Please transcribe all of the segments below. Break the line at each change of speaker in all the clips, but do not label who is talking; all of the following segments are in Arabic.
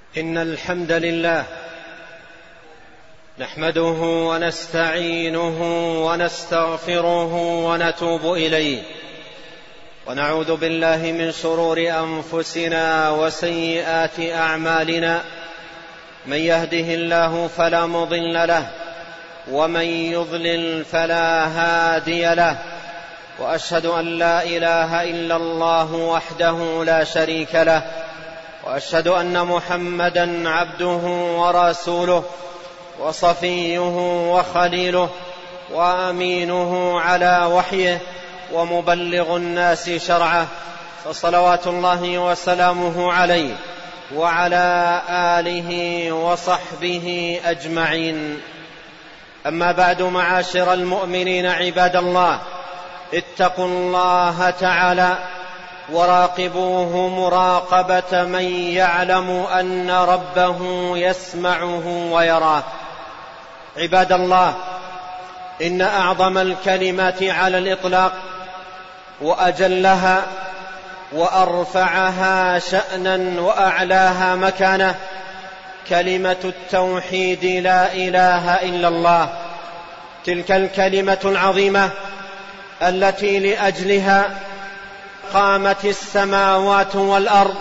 إن الحمد لله نحمده ونستعينه ونستغفره ونتوب إليه، ونعوذ بالله من شرور أنفسنا وسيئات أعمالنا. من يهده الله فلا مضل له، ومن يضلل فلا هادي له، وأشهد أن لا إله إلا الله وحده لا شريك له، وأشهد أن محمدًا عبده ورسوله وصفيه وخليله وأمينه على وحيه ومبلغ الناس شرعه، فصلوات الله وسلامه عليه وعلى آله وصحبه أجمعين. أما بعد، معاشر المؤمنين عباد الله، اتقوا الله تعالى وراقبوه مراقبة من يعلم أن ربه يسمعه ويراه. عباد الله، إن أعظم الكلمات على الإطلاق وأجلها وأرفعها شأنا وأعلاها مكانة كلمة التوحيد، لا إله إلا الله. تلك الكلمة العظيمة التي لأجلها قامت السماوات والأرض،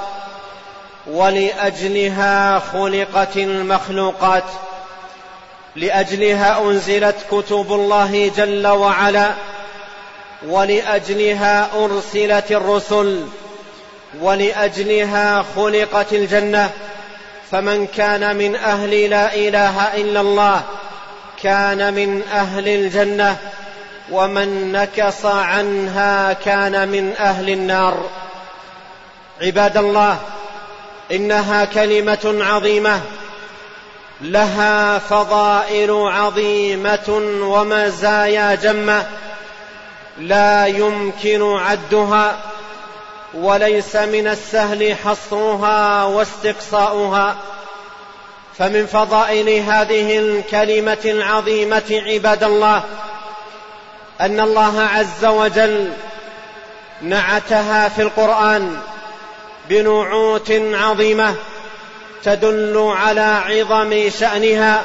ولأجلها خلقت المخلوقات، لأجلها أنزلت كتب الله جل وعلا، ولأجلها أرسلت الرسل، ولأجلها خلقت الجنة. فمن كان من أهل لا إله إلا الله كان من أهل الجنة، ومن نكص عنها كان من أهل النار. عباد الله، إنها كلمة عظيمة لها فضائل عظيمة ومزايا جمة لا يمكن عدها، وليس من السهل حصرها واستقصاؤها. فمن فضائل هذه الكلمة العظيمة عباد الله أن الله عز وجل نعتها في القرآن بنعوت عظيمة تدل على عظم شأنها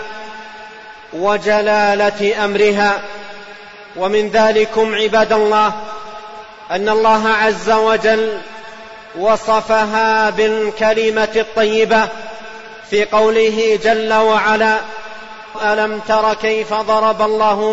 وجلالة أمرها. ومن ذلكم عباد الله أن الله عز وجل وصفها بالكلمة الطيبة في قوله جل وعلا: ألم تر كيف ضرب الله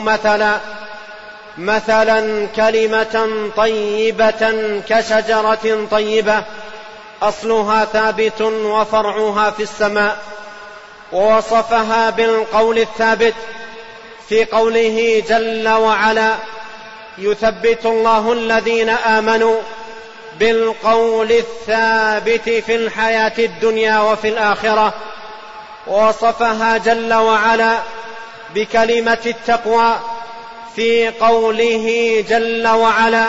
مثلا كلمة طيبة كشجرة طيبة أصلها ثابت وفرعها في السماء. ووصفها بالقول الثابت في قوله جل وعلا: يثبت الله الذين آمنوا بالقول الثابت في الحياة الدنيا وفي الآخرة. ووصفها جل وعلا بكلمة التقوى في قوله جل وعلا: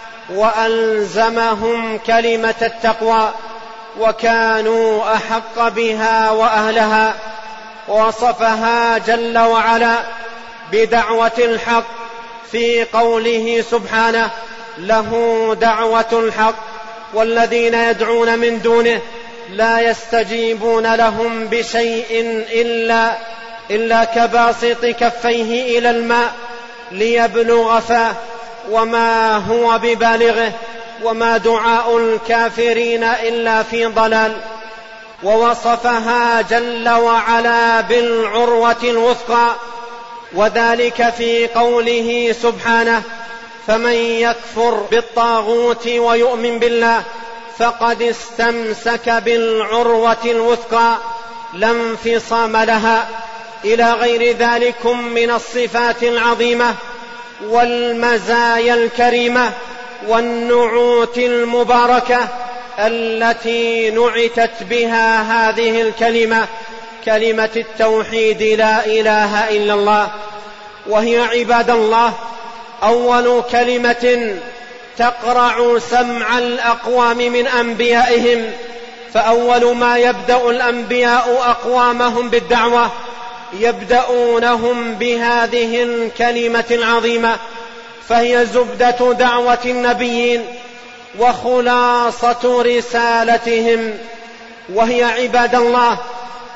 وألزمهم كلمة التقوى وكانوا أحق بها وأهلها. ووصفها جل وعلا بدعوة الحق في قوله سبحانه: له دعوة الحق والذين يدعون من دونه لا يستجيبون لهم بشيء إلا كباسط كفيه إلى الماء ليبلغ فاه وما هو ببالغه وما دعاء الكافرين إلا في ضلال. ووصفها جل وعلا بالعروة الوثقى، وذلك في قوله سبحانه: فمن يكفر بالطاغوت ويؤمن بالله فقد استمسك بالعروة الوثقى لا انفصام لها، إلى غير ذلك من الصفات العظيمة والمزايا الكريمة والنعوت المباركة التي نعتت بها هذه الكلمة، كلمة التوحيد، لا إله إلا الله. وهي عباد الله أول كلمة تقرع سمع الأقوام من أنبيائهم. فأول ما يبدأ الأنبياء أقوامهم بالدعوة يبدأونهم بهذه الكلمة العظيمة، فهي زبدة دعوة النبيين وخلاصة رسالتهم. وهي عباد الله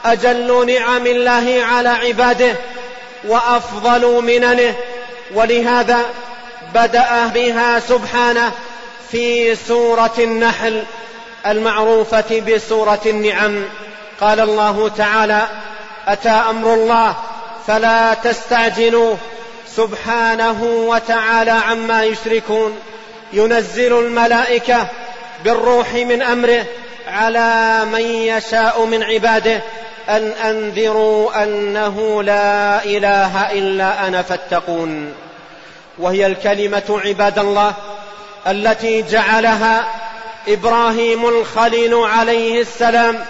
أجل نعم الله على عباده وأفضل مننه، ولهذا بدأ بها سبحانه في سورة النحل المعروفة بسورة النعم. قال الله تعالى: أتى أمر الله فلا تستعجلوه سبحانه وتعالى عما يشركون، ينزل الملائكة بالروح من أمره على من يشاء من عباده أن أنذروا أنه لا إله إلا أنا فاتقون. وهي الكلمة عباد الله التي جعلها إبراهيم الخليل عليه السلام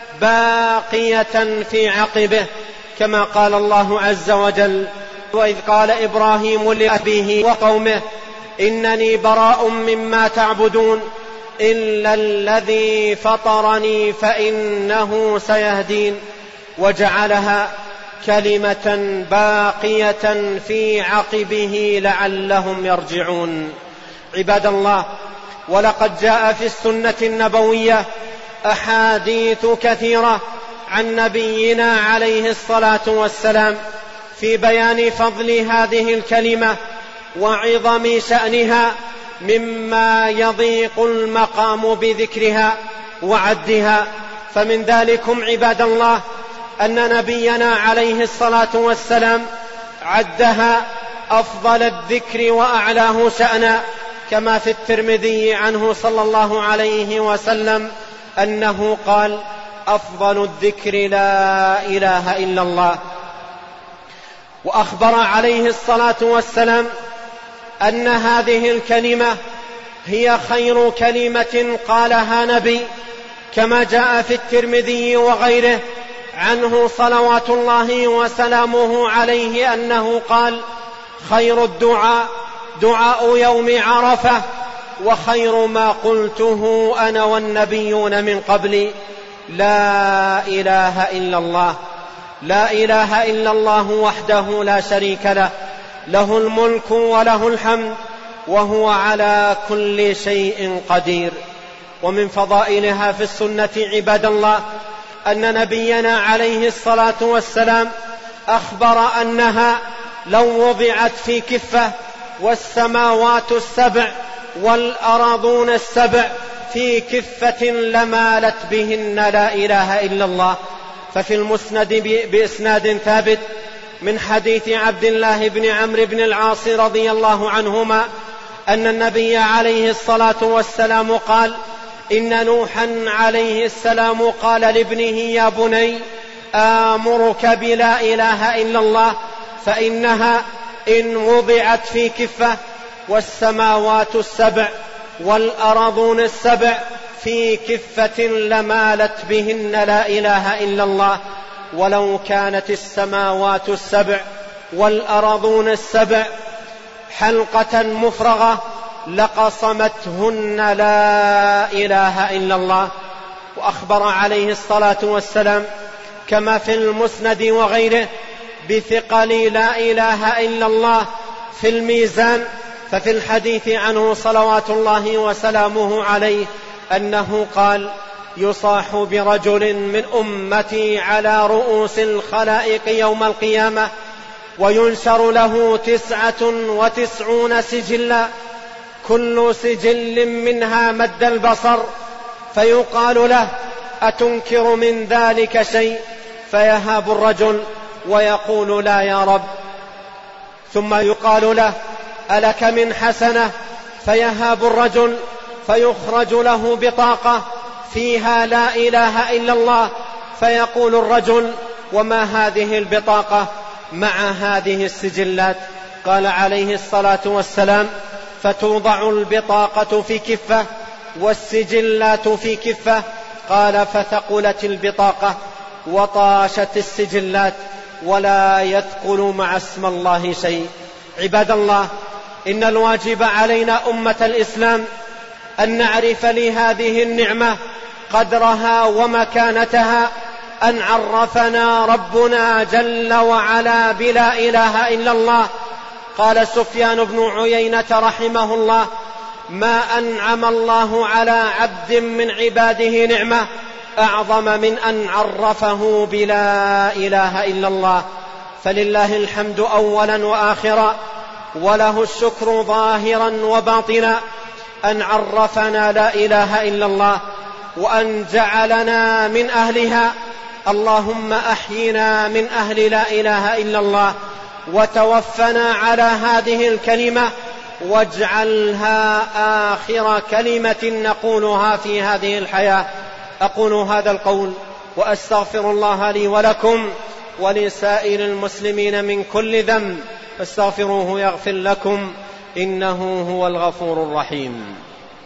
باقية في عقبه، كما قال الله عز وجل: وإذ قال إبراهيم لأبيه وقومه إنني براء مما تعبدون إلا الذي فطرني فإنه سيهدين، وجعلها كلمة باقية في عقبه لعلهم يرجعون. عباد الله، ولقد جاء في السنة النبوية أحاديث كثيرة عن نبينا عليه الصلاة والسلام في بيان فضل هذه الكلمة وعظم شأنها، مما يضيق المقام بذكرها وعدها. فمن ذلكم عباد الله أن نبينا عليه الصلاة والسلام عدها أفضل الذكر وأعلاه شأنا، كما في الترمذي عنه صلى الله عليه وسلم أنه قال: أفضل الذكر لا إله إلا الله. وأخبر عليه الصلاة والسلام أن هذه الكلمة هي خير كلمة قالها نبي، كما جاء في الترمذي وغيره عنه صلوات الله وسلامه عليه أنه قال: خير الدعاء دعاء يوم عرفة، وخير ما قلته أنا والنبيون من قبلي لا إله إلا الله. لا إله إلا الله وحده لا شريك له، له الملك وله الحمد وهو على كل شيء قدير. ومن فضائلها في السنة عباد الله أن نبينا عليه الصلاة والسلام أخبر أنها لو وضعت في كفة والسماوات السبع والأراضون السبع في كفة لمالت بهن لا إله إلا الله. ففي المسند بإسناد ثابت من حديث عبد الله بن عمرو بن العاص رضي الله عنهما أن النبي عليه الصلاة والسلام قال: إن نوحا عليه السلام قال لابنه: يا بني آمرك بلا إله إلا الله، فإنها إن وضعت في كفة والسماوات السبع والأرضون السبع في كفة لمالت بهن لا إله إلا الله، ولو كانت السماوات السبع والأرضون السبع حلقة مفرغة لقصمتهن لا إله إلا الله. وأخبر عليه الصلاة والسلام كما في المسند وغيره بثقل لا إله إلا الله في الميزان. ففي الحديث عنه صلوات الله وسلامه عليه أنه قال: يصاح برجل من أمتي على رؤوس الخلائق يوم القيامة وينشر له 99 سجلا، كل سجل منها مد البصر، فيقال له: أتنكر من ذلك شيء؟ فيهاب الرجل ويقول: لا يا رب. ثم يقال له: ألك من حسنة؟ فيهاب الرجل فيخرج له بطاقة فيها لا إله إلا الله، فيقول الرجل: وما هذه البطاقة مع هذه السجلات؟ قال عليه الصلاة والسلام: فتوضع البطاقة في كفة والسجلات في كفة. قال: فثقلت البطاقة وطاشت السجلات ولا يثقل مع اسم الله شيء. عباد الله، إن الواجب علينا أمة الإسلام أن نعرف لهذه النعمة قدرها ومكانتها، أن عرفنا ربنا جل وعلا بلا إله إلا الله. قال سفيان بن عيينة رحمه الله: ما أنعم الله على عبد من عباده نعمة أعظم من أن عرفه بلا إله إلا الله. فلله الحمد أولا وآخرا، وله الشكر ظاهرا وباطنا، أن عرفنا لا إله إلا الله وأن جعلنا من أهلها. اللهم أحينا من أهل لا إله إلا الله، وتوفنا على هذه الكلمة، واجعلها آخر كلمة نقولها في هذه الحياة. أقول هذا القول وأستغفر الله لي ولكم ولسائر المسلمين من كل ذنب، فاستغفروه يغفر لكم، إنه هو الغفور الرحيم.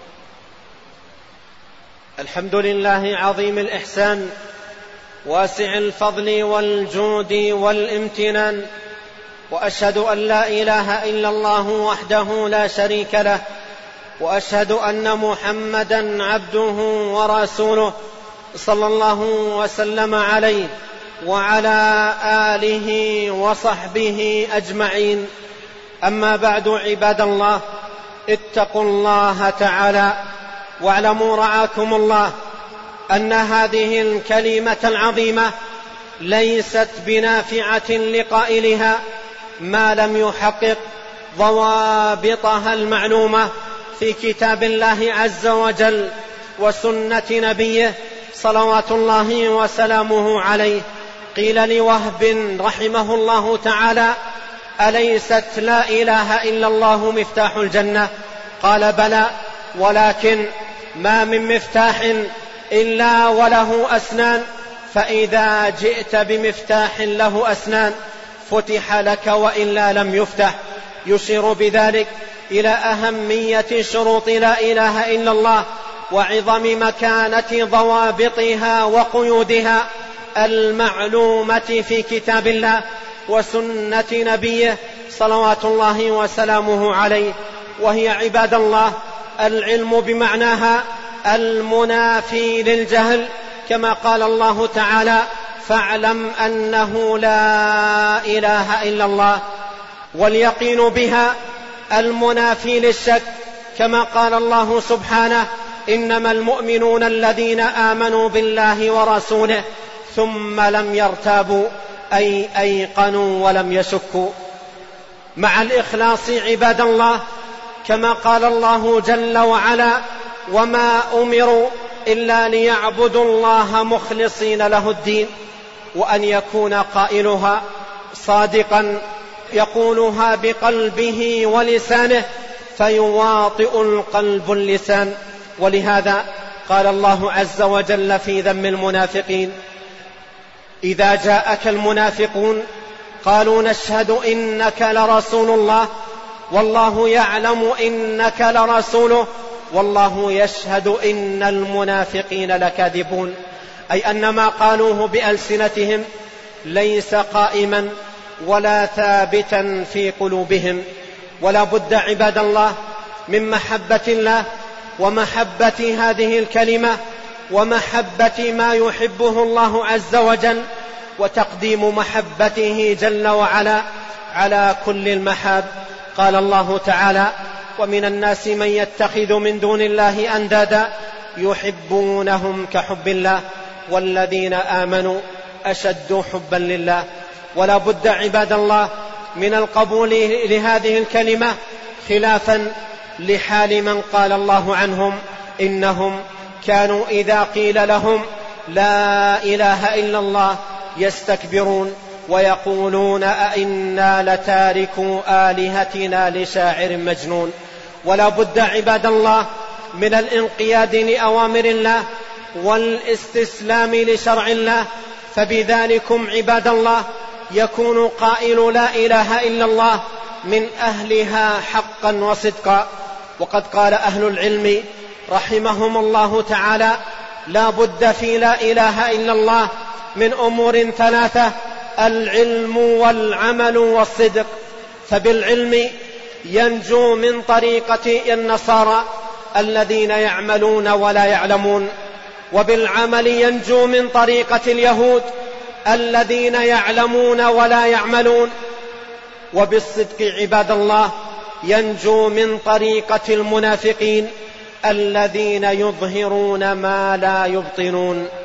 الحمد لله عظيم الإحسان، واسع الفضل والجود والامتنان، وأشهد أن لا إله إلا الله وحده لا شريك له، وأشهد أن محمدا عبده ورسوله، صلى الله وسلم عليه وعلى آله وصحبه أجمعين. أما بعد، عباد الله، اتقوا الله تعالى، واعلموا رعاكم الله أن هذه الكلمة العظيمة ليست بنافعة لقائلها ما لم يحقق ضوابطها المعلومة في كتاب الله عز وجل وسنة نبيه صلوات الله وسلامه عليه. قيل لوهب رحمه الله تعالى: أليست لا إله إلا الله مفتاح الجنة؟ قال: بلى، ولكن ما من مفتاح إلا وله أسنان، فإذا جئت بمفتاح له أسنان فتح لك وإلا لم يفتح. يشير بذلك إلى أهمية شروط لا إله إلا الله وعظم مكانة ضوابطها وقيودها المعلومة في كتاب الله وسنة نبيه صلوات الله وسلامه عليه. وهي عباد الله العلم بمعناها المنافي للجهل، كما قال الله تعالى: فاعلم أنه لا إله إلا الله. واليقين بها المنافي للشك، كما قال الله سبحانه: إنما المؤمنون الذين آمنوا بالله ورسوله ثم لم يرتابوا، أي أيقنوا ولم يشكوا. مع الإخلاص عباد الله، كما قال الله جل وعلا: وما أمروا إلا ليعبدوا الله مخلصين له الدين. وأن يكون قائلها صادقا يقولها بقلبه ولسانه، فيواطئ القلب اللسان. ولهذا قال الله عز وجل في ذم المنافقين: إذا جاءك المنافقون قالوا نشهد إنك لرسول الله والله يعلم إنك لرسوله والله يشهد إن المنافقين لكاذبون. أي أن ما قالوه بألسنتهم ليس قائما ولا ثابتا في قلوبهم. ولا بد عباد الله من محبة الله ومحبة هذه الكلمة ومحبة ما يحبه الله عز وجل، وتقديم محبته جل وعلا على كل المحاب. قال الله تعالى: ومن الناس من يتخذ من دون الله أندادا يحبونهم كحب الله والذين آمنوا أشد حبا لله. ولا بد عباد الله من القبول لهذه الكلمة، خلافا لحال من قال الله عنهم: إنهم كانوا إذا قيل لهم لا إله إلا الله يستكبرون ويقولون أئنا لتاركو آلهتنا لشاعر مجنون. ولا بد عباد الله من الانقياد لأوامر الله والاستسلام لشرع الله، فبذلكم عباد الله يكون قائل لا إله إلا الله من أهلها حقا وصدقا. وقد قال أهل العلم رحمهم الله تعالى: لا بد في لا إله إلا الله من أمور ثلاثة: العلم والعمل والصدق. فبالعلم ينجو من طريقة النصارى الذين يعملون ولا يعلمون، وبالعمل ينجو من طريقة اليهود الذين يعلمون ولا يعملون، وبالصدق عباد الله ينجو من طريقة المنافقين الذين يظهرون ما لا يبطنون.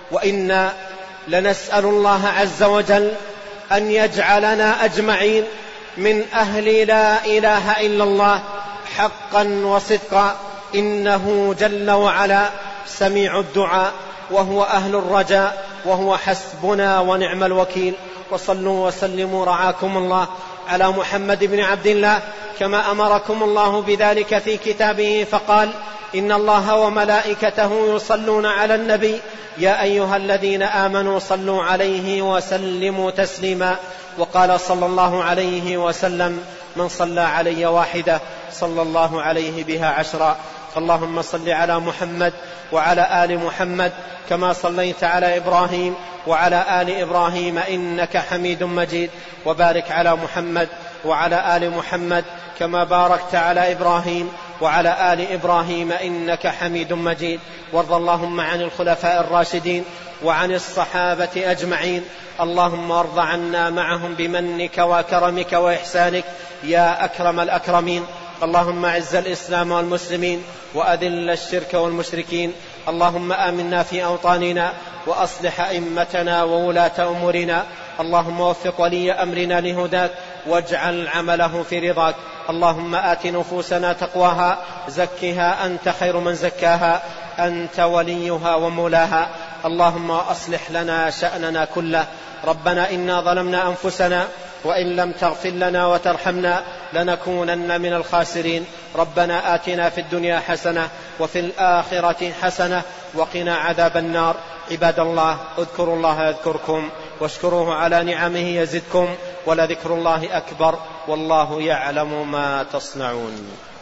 وإنا لنسأل الله عز وجل أن يجعلنا أجمعين من أهل لا إله إلا الله حقا وصدقا، إنه جل وعلا سميع الدعاء وهو أهل الرجاء وهو حسبنا ونعم الوكيل. وصلوا وسلموا رعاكم الله على محمد بن عبد الله كما أمركم الله بذلك في كتابه، فقال: إن الله وملائكته يصلون على النبي يا أيها الذين آمنوا صلوا عليه وسلموا تسليما. وقال صلى الله عليه وسلم: من صلى علي واحدة صلى الله عليه بها 10. فاللهم صل على محمد وعلى آل محمد كما صليت على إبراهيم وعلى آل إبراهيم إنك حميد مجيد، وبارك على محمد وعلى آل محمد كما باركت على إبراهيم وعلى آل إبراهيم إنك حميد مجيد. وارض اللهم عن الخلفاء الراشدين وعن الصحابة أجمعين، اللهم ارض عنا معهم بمنك وكرمك وإحسانك يا أكرم الأكرمين. اللهم أعز الإسلام والمسلمين وأذل الشرك والمشركين. اللهم آمنا في أوطاننا وأصلح أئمتنا وولاة أمورنا. اللهم وفق ولي أمرنا لهداك واجعل عمله في رضاك. اللهم آت نفوسنا تقواها زكها أنت خير من زكاها أنت وليها ومولاها. اللهم أصلح لنا شأننا كله. ربنا إنا ظلمنا أنفسنا وإن لم تغفر لنا وترحمنا لنكونن من الخاسرين. ربنا آتنا في الدنيا حسنة وفي الآخرة حسنة وقنا عذاب النار. عباد الله، اذكروا الله يذكركم واشكروه على نعمه يزدكم، ولذكر الله أكبر والله يعلم ما تصنعون.